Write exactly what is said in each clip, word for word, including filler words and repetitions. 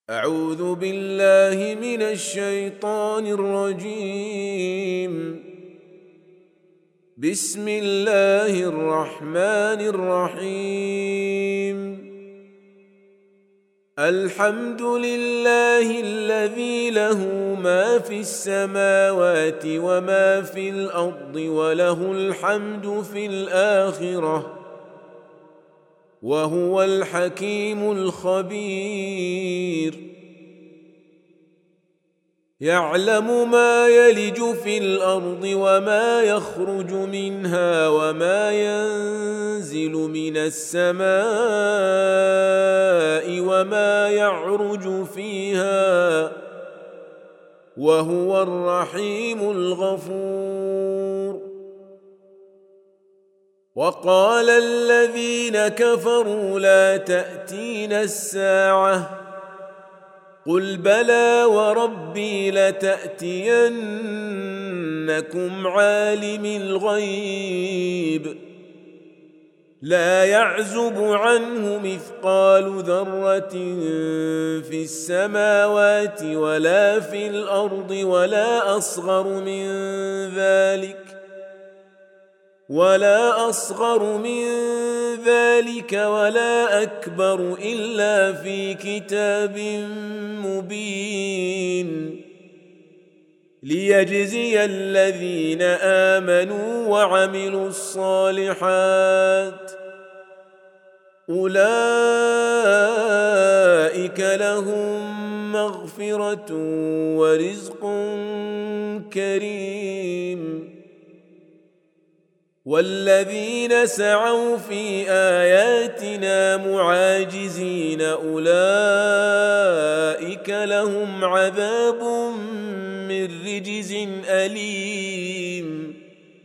أعوذ بالله من الشيطان الرجيم. بسم الله الرحمن الرحيم. الحمد لله الذي له ما في السماوات وما في الأرض وله الحمد في الآخرة وهو الحكيم الخبير. يعلم ما يلج في الأرض وما يخرج منها وما ينزل من السماء وما يعرج فيها وهو الرحيم الغفور. وقال الذين كفروا لا تأتينا الساعة قل بلى وربي لتأتينكم عالم الغيب لا يعزب عنه مثقال ذرة في السماوات ولا في الأرض ولا أصغر من ذلك ولا أصغر من ذلك ولا أكبر إلا في كتاب مبين ليجزي الذين آمنوا وعملوا الصالحات أولئك لهم مغفرة ورزق كريم. والذين سعوا في آياتنا معاجزين أولئك لهم عذاب من رجز أليم.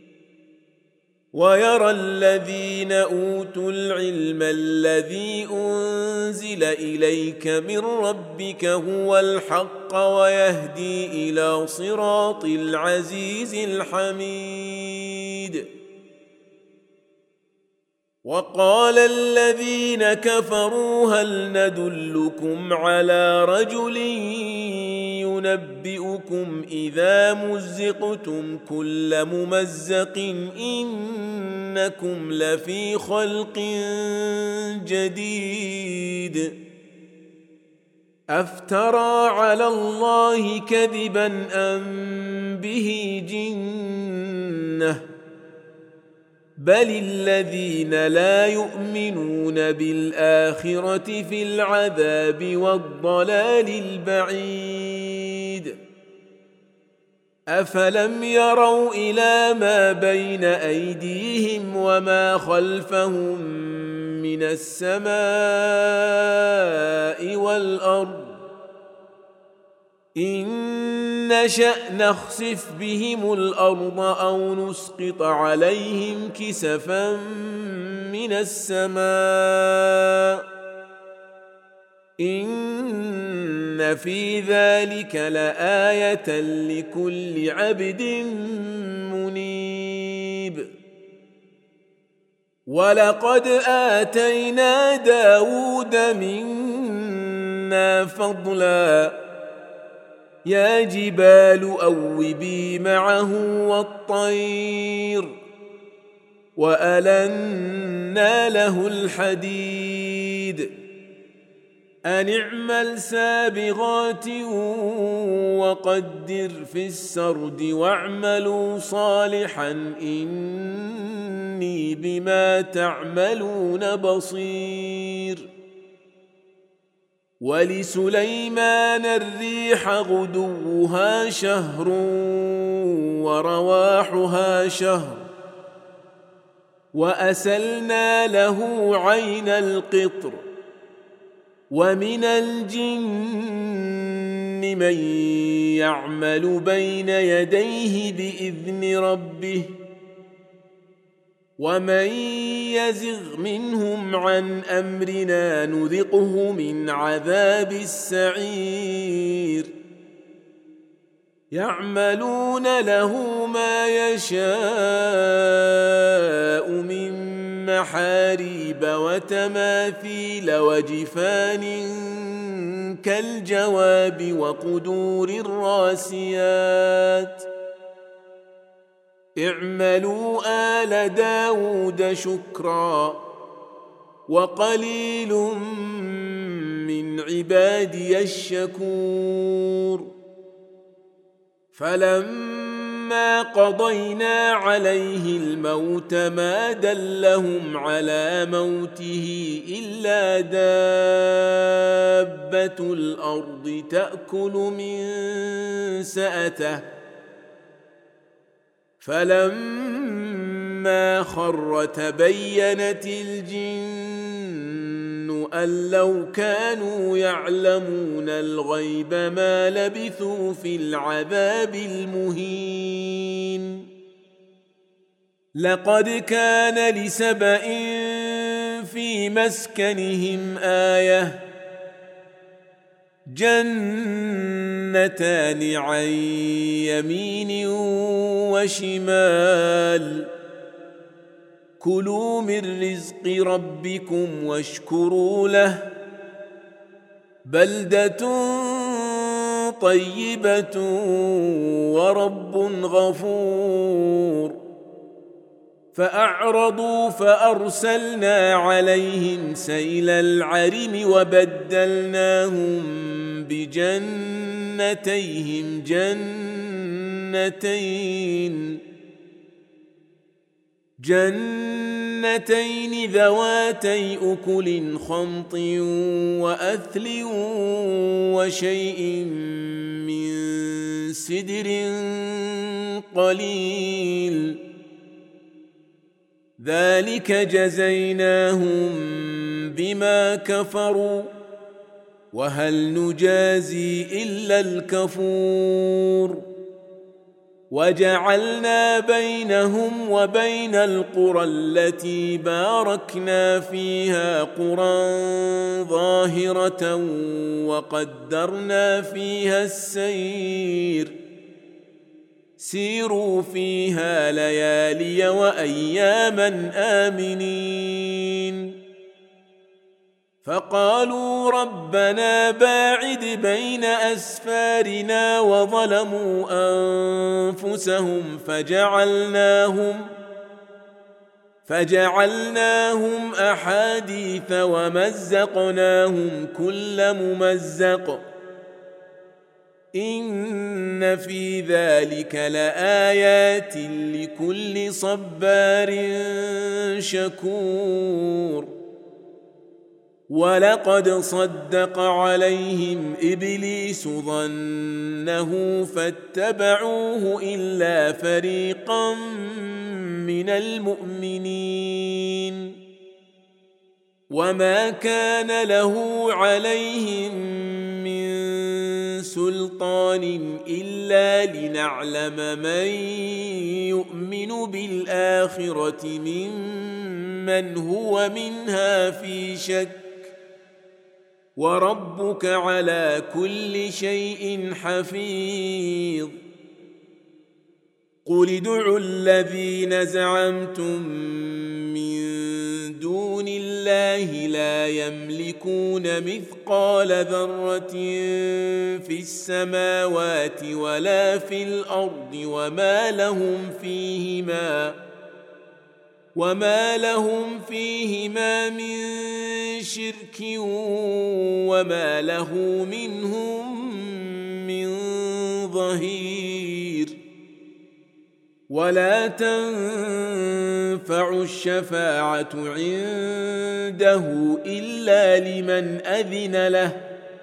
ويرى الذين أوتوا العلم الذي أنزل إليك من ربك هو الحق ويهدي إلى صراط العزيز الحميد. وقال الذين كفروا هل ندلكم على رجل ينبئكم إذا مزقتم كل ممزق إنكم لفي خلق جديد أفترى على الله كذبا أم به جنة بل الذين لا يؤمنون بالآخرة في العذاب والضلال البعيد. أفلم يروا إلى ما بين أيديهم وما خلفهم من السماء والأرض إن نشأ نخسف بهم الأرض أو نسقط عليهم كسفا من السماء إن في ذلك لآية لكل عبد منيب. ولقد آتينا داود منا فضلا يا جبال أوبي معه والطير وألنا له الحديد أن اعمل سابغات وقدر في السرد واعملوا صالحا إني بما تعملون بصير. ولسليمان الريح غدوها شهر ورواحها شهر وأسلنا له عين القطر ومن الجن من يعمل بين يديه بإذن ربه ومن يزغ منهم عن أمرنا نذقه من عذاب السعير. يعملون له ما يشاء من محاريب وتماثيل وجفان كالجواب وقدور الراسيات اعملوا آل داود شكرا وقليل من عبادي الشكور فلما قضينا عليه الموت ما دلهم على موته إلا دابة الأرض تأكل من سأته فلما خر تبينت الجن أن لو كانوا يعلمون الغيب ما لبثوا في العذاب المهين لقد كان لسبإ في مسكنهم آية جنتان عن يمين وشمال كلوا من رزق ربكم واشكروا له بلدة طيبة ورب غفور فأعرضوا فأرسلنا عليهم سيل العرم وبدلناهم بجنتيهم جنتين جنتين ذواتي أكل خمط وأثل وشيء من سدر قليل ذلك جزيناهم بما كفروا وهل نجازي إلا الكفور وجعلنا بينهم وبين القرى التي باركنا فيها قرى ظاهرة وقدرنا فيها السير سيروا فيها ليالي وأياما آمنين فقالوا ربنا باعد بين أسفارنا وظلموا أنفسهم فجعلناهم فجعلناهم أحاديث ومزقناهم كل ممزق إن في ذلك لآيات لكل صبار شكور ولقد صدق عليهم إبليس ظنه فاتبعوه إلا فريقا من المؤمنين وما كان له عليهم من سلطان إلا لنعلم من يؤمن بالآخرة ممن هو منها في شك وربك على كل شيء حفيظ قل ادعوا الذين زعمتم من دون الله لا يملكون مثقال ذرة في السماوات ولا في الأرض وما لهم فيهما وما لهم فيهما من شرك وما له منهم من ظهير ولا تنفع الشفاعة عنده إلا لمن أذن له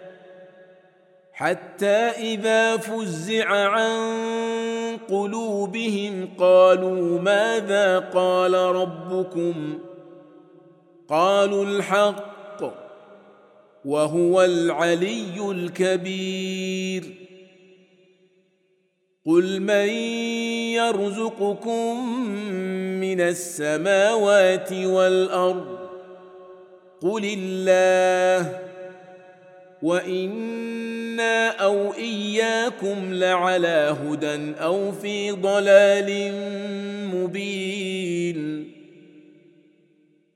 حتى إذا فزع عن قلوبهم قالوا ماذا قال ربكم قالوا الحق وهو العلي الكبير قل من يرزقكم من السماوات والأرض قل الله وإنا أو إياكم لعلى هدى أو في ضلال مبين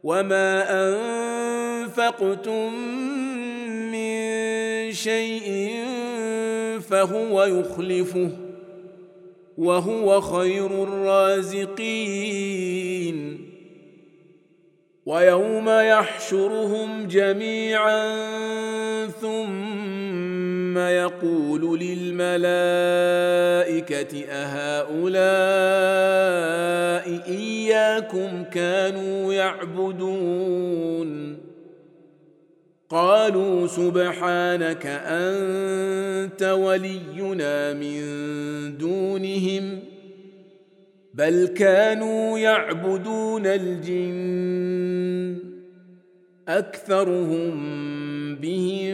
وما أنفقتم من شيء فهو يخلفه وهو خير الرازقين ويوم يحشرهم جميعا ثم يقول للملائكة أهؤلاء إياكم كانوا يعبدون قالوا سبحانك أنت ولينا من دونهم بل كانوا يعبدون الجن أكثرهم بهم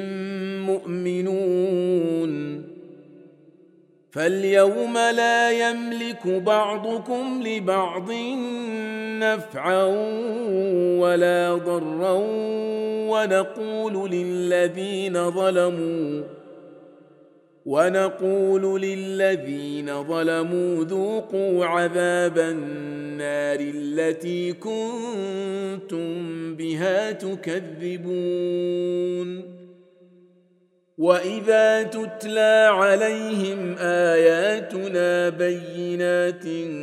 مؤمنون فاليوم لا يملك بعضكم لبعض نفعا ولا ضرا ونقول للذين ظلموا ونقول للذين ظلموا ذوقوا عذاب النار التي كنتم بها تكذبون وإذا تتلى عليهم آياتنا بينات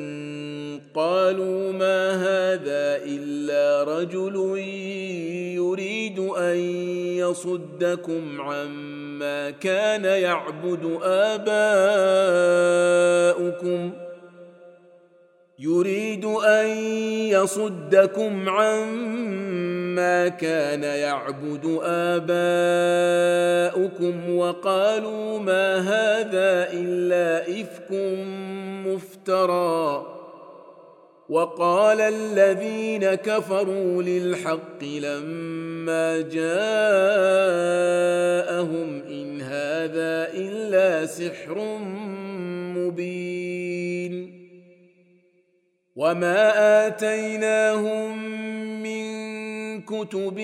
قالوا ما هذا إلا رجل يريد أن يصدكم عما كان يعبد آباؤكم يريد أن يصدكم عما كان يعبد آباؤكم وقالوا ما هذا إلا إفك مفترى وقال الذين كفروا للحق لما جاءهم إن هذا إلا سحر مبين وما آتيناهم من كتب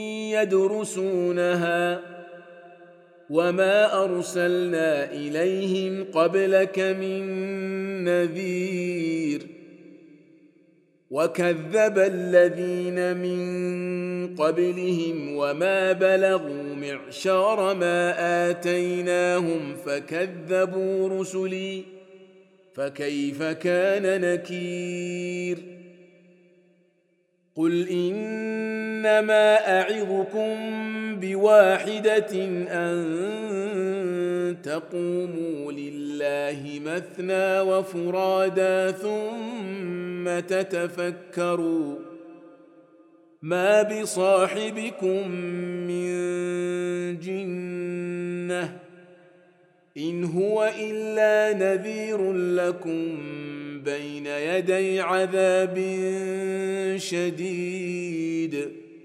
يدرسونها وما أرسلنا إليهم قبلك من نذير وكذب الذين من قبلهم وما بلغوا معشار ما آتيناهم فكذبوا رسلي فكيف كان نكير قل إنما أعظكم بواحدة أن تقوموا لله مثنى وفرادا ثم تتفكروا ما بصاحبكم من جنة إن هو إلا نذير لكم بين يدي عذاب شديد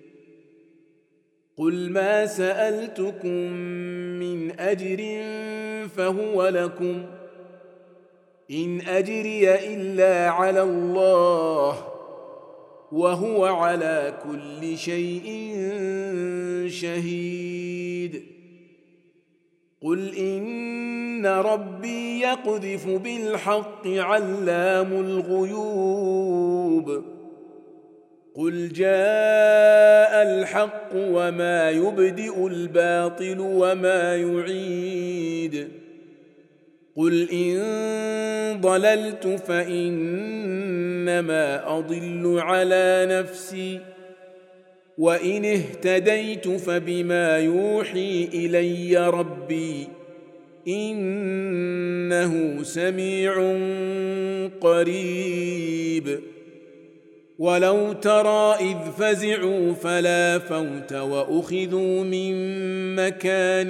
قل ما سألتكم من أجر فهو لكم إن أجري إلا على الله وهو على كل شيء شهيد قل إن ربي يقذف بالحق علام الغيوب قل جاء الحق وما يبدئ الباطل وما يعيد قل إن ضللت فإنما أضل على نفسي وإن اهتديت فبما يوحي إلي ربي إنه سميع قريب ولو ترى إذ فزعوا فلا فوت وأخذوا من مكان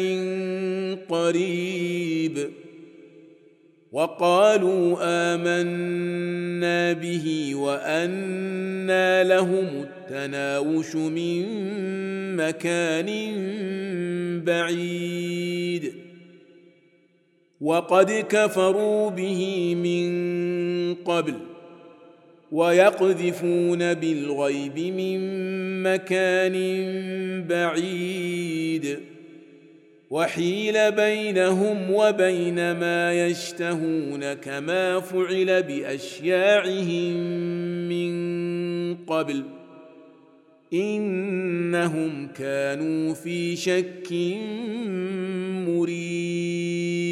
قريب وقالوا آمنا به وأنى لهم التناوش من مكان بعيد وقد كفروا به من قبل ويقذفون بالغيب من مكان بعيد وحيل بينهم وبين ما يشتهون كما فعل بأشياعهم من قبل إنهم كانوا في شك مريب